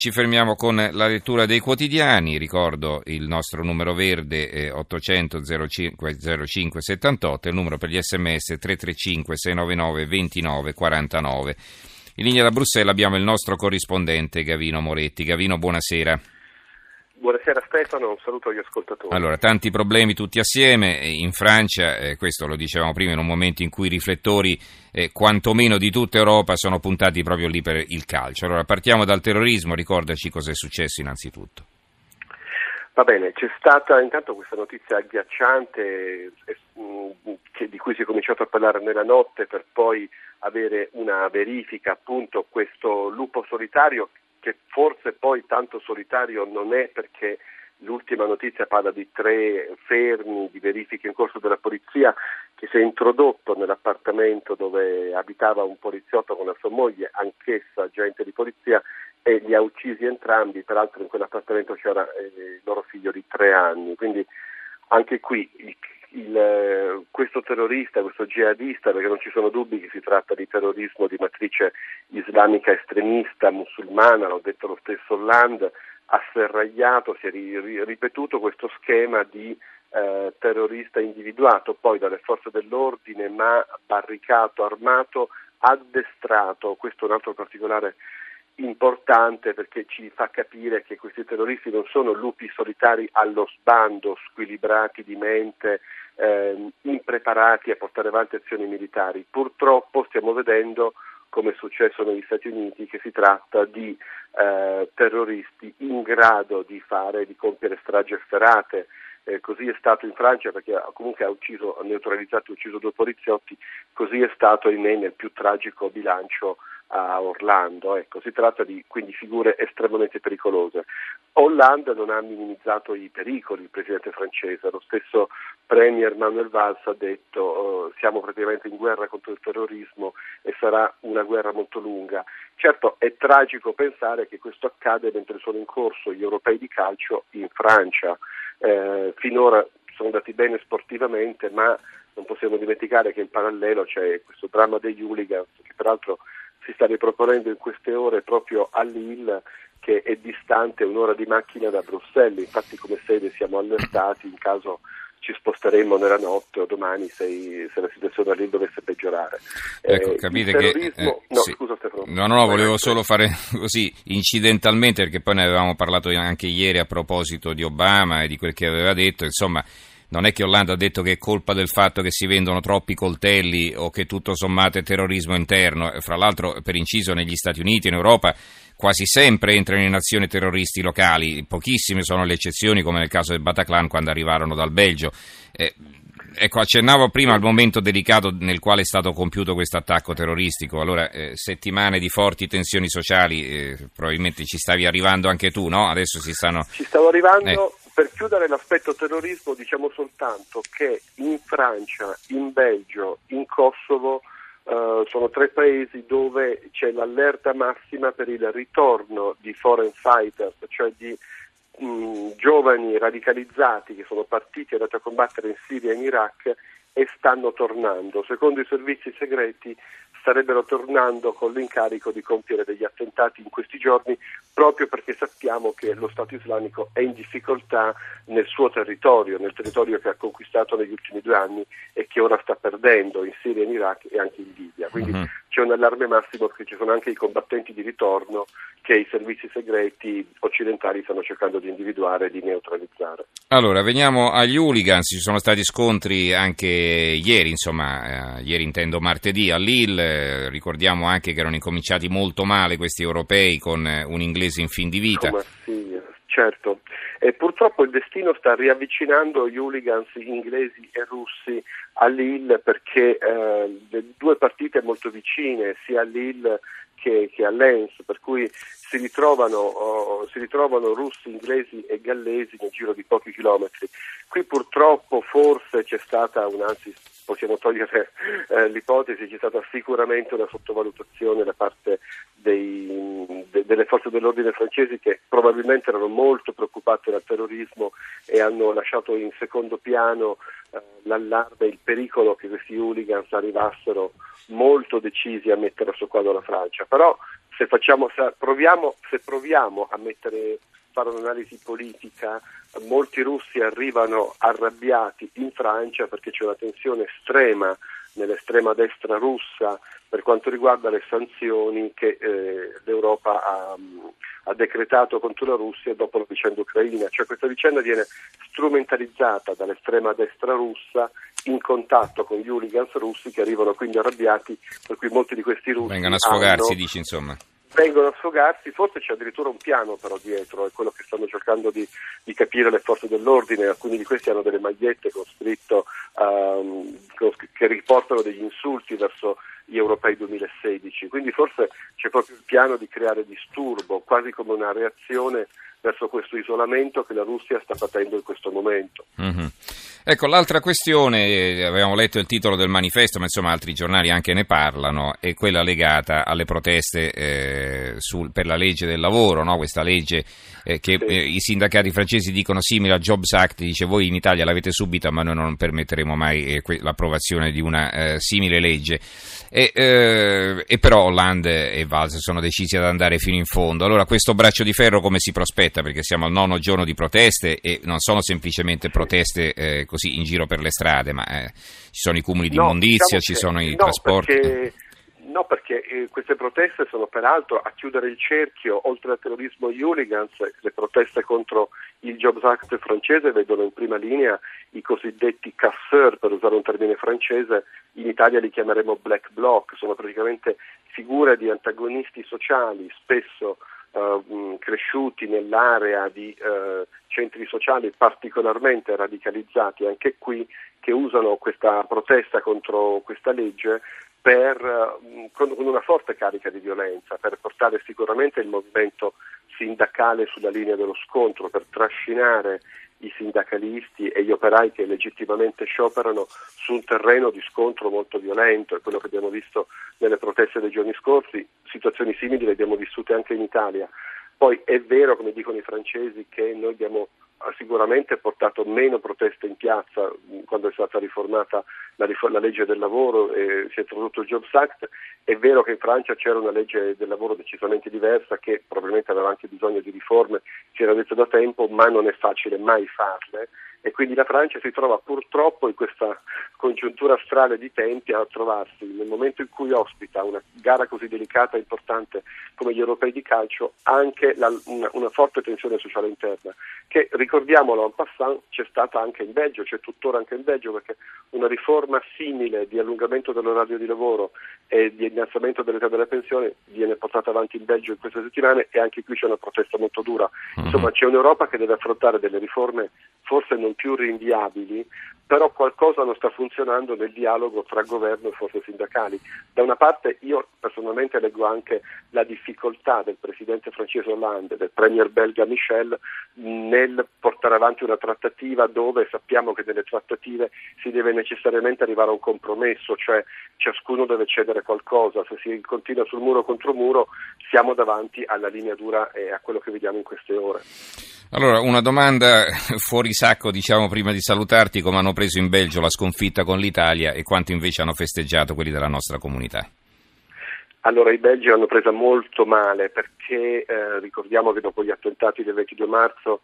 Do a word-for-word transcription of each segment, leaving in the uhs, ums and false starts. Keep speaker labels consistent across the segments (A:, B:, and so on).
A: Ci fermiamo con la lettura dei quotidiani. Ricordo il nostro numero verde eh, ottocento zero cinque zero cinque settantotto, il numero per gli sms tre tre cinque sei nove nove due nove quattro nove. In linea da Bruxelles abbiamo il nostro corrispondente Gavino Moretti. Gavino, buonasera.
B: Buonasera Stefano, un saluto agli ascoltatori.
A: Allora, tanti problemi tutti assieme. In Francia, eh, questo lo dicevamo prima, in un momento in cui i riflettori, eh, quantomeno di tutta Europa, sono puntati proprio lì per il calcio. Allora, partiamo dal terrorismo, ricordaci cosa è successo innanzitutto.
B: Va bene, c'è stata intanto questa notizia agghiacciante eh, che, di cui si è cominciato a parlare nella notte per poi avere una verifica, appunto, questo lupo solitario che forse poi tanto solitario non è, perché l'ultima notizia parla di tre fermi di verifiche in corso della polizia, che si è introdotto nell'appartamento dove abitava un poliziotto con la sua moglie, anch'essa agente di polizia, e li ha uccisi entrambi. Peraltro in quell'appartamento c'era eh, il loro figlio di tre anni, quindi anche qui il, il, questo terrorista, questo jihadista, perché non ci sono dubbi che si tratta di terrorismo di matrice islamica estremista musulmana, l'ho detto lo stesso Hollande, ha serragliato, si è ri, ri, ripetuto questo schema di eh, terrorista individuato poi dalle forze dell'ordine, ma barricato, armato, addestrato. Questo è un altro particolare importante, perché ci fa capire che questi terroristi non sono lupi solitari allo sbando, squilibrati di mente, eh, impreparati a portare avanti azioni militari. Purtroppo stiamo vedendo, come è successo negli Stati Uniti, che si tratta di eh, terroristi in grado di fare, di compiere stragi efferate. Eh, così è stato in Francia, perché comunque ha ucciso, ha neutralizzato e ucciso due poliziotti, così è stato ahimè nel più tragico bilancio a Orlando. Ecco, si tratta di quindi figure estremamente pericolose. Hollande non ha minimizzato i pericoli, il presidente francese, lo stesso premier Manuel Valls ha detto uh, siamo praticamente in guerra contro il terrorismo e sarà una guerra molto lunga. Certo, è tragico pensare che questo accade mentre sono in corso gli europei di calcio in Francia. Eh, finora sono andati bene sportivamente, ma non possiamo dimenticare che in parallelo c'è questo dramma degli hooligans, che peraltro si sta riproponendo in queste ore proprio a Lille, che è distante un'ora di macchina da Bruxelles. Infatti come sede siamo allertati in caso ci sposteremo nella notte o domani se, se la situazione a Lille dovesse peggiorare.
A: Ecco,
B: eh,
A: capite che... Eh,
B: no,
A: sì.
B: scusa Stefano.
A: No, no, no, volevo solo fare così, incidentalmente, perché poi ne avevamo parlato anche ieri a proposito di Obama e di quel che aveva detto, insomma... Non è che Hollande ha detto che è colpa del fatto che si vendono troppi coltelli o che tutto sommato è terrorismo interno. Fra l'altro, per inciso, negli Stati Uniti, in Europa, quasi sempre entrano in azione terroristi locali. Pochissime sono le eccezioni, come nel caso del Bataclan quando arrivarono dal Belgio. Eh, ecco, accennavo prima al momento delicato nel quale è stato compiuto questo attacco terroristico. Allora, eh, settimane di forti tensioni sociali, eh, probabilmente ci stavi arrivando anche tu, no? Adesso si stanno...
B: Ci stavo arrivando...
A: Eh.
B: Per chiudere l'aspetto terrorismo, diciamo soltanto che in Francia, in Belgio, in Kosovo eh, sono tre paesi dove c'è l'allerta massima per il ritorno di foreign fighters, cioè di mh, giovani radicalizzati che sono partiti e andati a combattere in Siria e in Iraq e stanno tornando. Secondo i servizi segreti starebbero tornando con l'incarico di compiere degli attentati in questi giorni, proprio perché sappiamo che lo Stato islamico è in difficoltà nel suo territorio, nel territorio che ha conquistato negli ultimi due anni e che ora sta perdendo in Siria, in Iraq e anche in Libia. Quindi uh-huh. c'è un allarme massimo, perché ci sono anche i combattenti di ritorno che i servizi segreti occidentali stanno cercando di individuare e di neutralizzare.
A: Allora, veniamo agli hooligans. Ci sono stati scontri anche ieri, insomma, eh, ieri intendo martedì a Lille. Eh, ricordiamo anche che erano incominciati molto male questi europei con eh, un inglese in fin di vita.
B: Oh, sì, certo. E purtroppo il destino sta riavvicinando gli hooligans inglesi e russi a Lille, perché eh, le due partite molto vicine, sia a Lille che, che a Lens, per cui si ritrovano, oh, si ritrovano russi, inglesi e gallesi nel giro di pochi chilometri. Qui purtroppo forse c'è stata una, anzi possiamo togliere eh, l'ipotesi, c'è stata sicuramente una sottovalutazione da parte dei, de, delle forze dell'ordine francesi, che probabilmente erano molto preoccupate dal terrorismo e hanno lasciato in secondo piano eh, l'allarme, il pericolo che questi hooligans arrivassero molto decisi a mettere a soqquadro la Francia. Però se facciamo, se proviamo, se proviamo a mettere, fare un'analisi politica, molti russi arrivano arrabbiati in Francia perché c'è una tensione estrema nell'estrema destra russa per quanto riguarda le sanzioni che eh, l'Europa ha, ha decretato contro la Russia dopo la vicenda ucraina. Cioè questa vicenda viene strumentalizzata dall'estrema destra russa in contatto con gli hooligans russi che arrivano quindi arrabbiati, per cui molti di questi russi
A: vengono a sfogarsi,
B: hanno,
A: dici insomma.
B: Vengono a sfogarsi, forse c'è addirittura un piano però dietro, è quello che stanno cercando di, di capire le forze dell'ordine. Alcuni di questi hanno delle magliette con scritto um, che riportano degli insulti verso gli europei duemilasedici, quindi forse c'è proprio il piano di creare disturbo, quasi come una reazione verso questo isolamento che la Russia sta patendo in questo momento.
A: Mm-hmm. Ecco, l'altra questione, avevamo letto il titolo del manifesto, ma insomma altri giornali anche ne parlano, è quella legata alle proteste eh, sul, per la legge del lavoro, no? Questa legge eh, che sì. eh, i sindacati francesi dicono simile al Jobs Act, dice voi in Italia l'avete subita ma noi non permetteremo mai eh, que- l'approvazione di una eh, simile legge. E, eh, e però Hollande e Valls sono decisi ad andare fino in fondo. Allora questo braccio di ferro come si prospetta? Perché siamo al nono giorno di proteste e non sono semplicemente proteste eh, così in giro per le strade, ma eh, ci sono i cumuli di
B: no,
A: immondizia,
B: diciamo
A: ci
B: che,
A: sono i
B: no,
A: trasporti.
B: Perché, no, perché eh, queste proteste sono peraltro a chiudere il cerchio, oltre al terrorismo e hooligans, le proteste contro il Jobs Act francese vedono in prima linea i cosiddetti casseurs, per usare un termine francese, in Italia li chiameremo black bloc, sono praticamente figure di antagonisti sociali, spesso Uh, cresciuti nell'area di uh, centri sociali particolarmente radicalizzati anche qui, che usano questa protesta contro questa legge per, uh, con una forte carica di violenza, per portare sicuramente il movimento sindacale sulla linea dello scontro, per trascinare i sindacalisti e gli operai che legittimamente scioperano su un terreno di scontro molto violento. È quello che abbiamo visto nelle proteste dei giorni scorsi, situazioni simili le abbiamo vissute anche in Italia. Poi è vero, come dicono i francesi, che noi abbiamo sicuramente portato meno proteste in piazza quando è stata riformata la, riforma, la legge del lavoro e si è introdotto il Jobs Act. È vero che in Francia c'era una legge del lavoro decisamente diversa che probabilmente aveva anche bisogno di riforme, si era detto da tempo, ma non è facile mai farle e quindi la Francia si trova purtroppo in questa congiuntura astrale di tempi a trovarsi nel momento in cui ospita una gara così delicata e importante come gli europei di calcio anche la, una, una forte tensione sociale interna che, ricordiamolo en passant, c'è stata anche in Belgio, c'è tuttora anche in Belgio, perché una riforma simile di allungamento dell'orario di lavoro e di innalzamento dell'età delle pensioni viene portata avanti in Belgio in queste settimane e anche qui c'è una protesta molto dura. Insomma, c'è un'Europa che deve affrontare delle riforme forse non più rinviabili, però qualcosa non sta funzionando nel dialogo tra governo e forze sindacali. Da una parte io personalmente leggo anche la difficoltà del presidente francese Hollande, del premier belga Michel, nel portare avanti una trattativa dove sappiamo che nelle trattative si deve necessariamente arrivare a un compromesso, cioè ciascuno deve cedere qualcosa. Se si continua sul muro contro muro siamo davanti alla linea dura e a quello che vediamo in queste ore.
A: Allora, una domanda fuori sacco, diciamo, prima di salutarti: come hanno preso in Belgio la sconfitta con l'Italia e quanto invece hanno festeggiato quelli della nostra comunità?
B: Allora, i belgi hanno presa molto male perché eh, ricordiamo che dopo gli attentati del ventidue marzo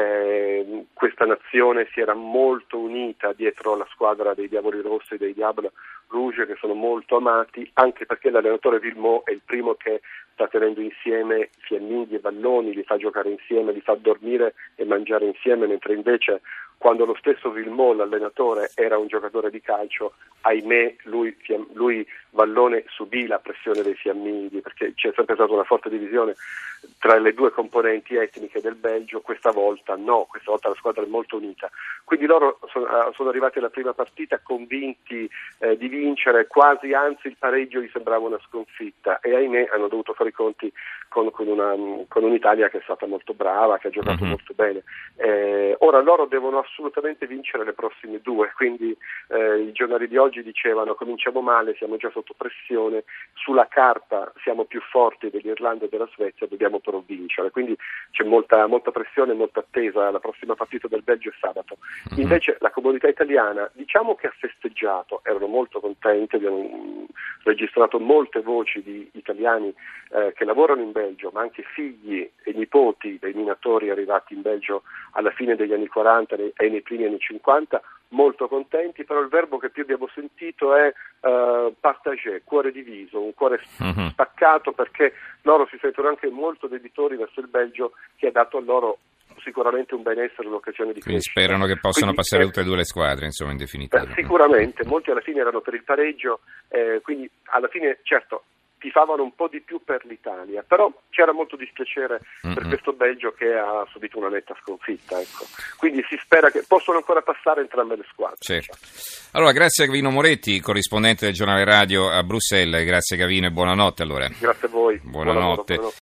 B: eh, questa nazione si era molto unita dietro la squadra dei Diavoli Rossi e dei Diable Rouge, che sono molto amati, anche perché l'allenatore Villemot è il primo che sta tenendo insieme fiamminghi e balloni, li fa giocare insieme, li fa dormire e mangiare insieme, mentre invece quando lo stesso Villemot, l'allenatore, era un giocatore di calcio, ahimè lui, lui Vallone subì la pressione dei fiamminghi, perché c'è sempre stata una forte divisione tra le due componenti etniche del Belgio. Questa volta no, questa volta la squadra è molto unita, quindi loro sono, sono arrivati alla prima partita convinti eh, di vincere, quasi, anzi il pareggio gli sembrava una sconfitta e ahimè hanno dovuto fare i conti con, con, una, con un'Italia che è stata molto brava, che ha giocato
A: mm-hmm.
B: molto bene. Eh, ora loro devono assolutamente vincere le prossime due, quindi eh, i giornali di oggi dicevano cominciamo male, siamo già sotto pressione, sulla carta siamo più forti dell'Irlanda e della Svezia, dobbiamo però vincere, quindi c'è molta, molta pressione, molta attesa. La prossima partita del Belgio è sabato. Mm-hmm. Invece la comunità italiana diciamo che ha festeggiato, erano molto contenti, abbiamo registrato molte voci di italiani eh, che lavorano in Belgio, ma anche figli e nipoti dei minatori arrivati in Belgio alla fine degli anni quaranta e nei primi anni cinquanta, molto contenti, però il verbo che più abbiamo sentito è uh, partagé, cuore diviso, un cuore mm-hmm. spaccato, perché loro si sentono anche molto debitori verso il Belgio, che ha dato a loro sicuramente un benessere, un'occasione di
A: Quindi
B: crescita.
A: sperano che possano
B: quindi,
A: passare
B: eh,
A: tutte e due le squadre, insomma, in definitiva.
B: Eh, sicuramente, molti alla fine erano per il pareggio, eh, quindi alla fine, certo, tifavano un po' di più per l'Italia, però c'era molto dispiacere mm-hmm. per questo Belgio che ha subito una netta sconfitta, ecco. Quindi si spera che possono ancora passare entrambe le squadre.
A: Certo. Allora, grazie a Gavino Moretti, corrispondente del giornale radio a Bruxelles, grazie Gavino e buonanotte allora.
B: Grazie a voi.
A: Buonanotte. Buonanotte.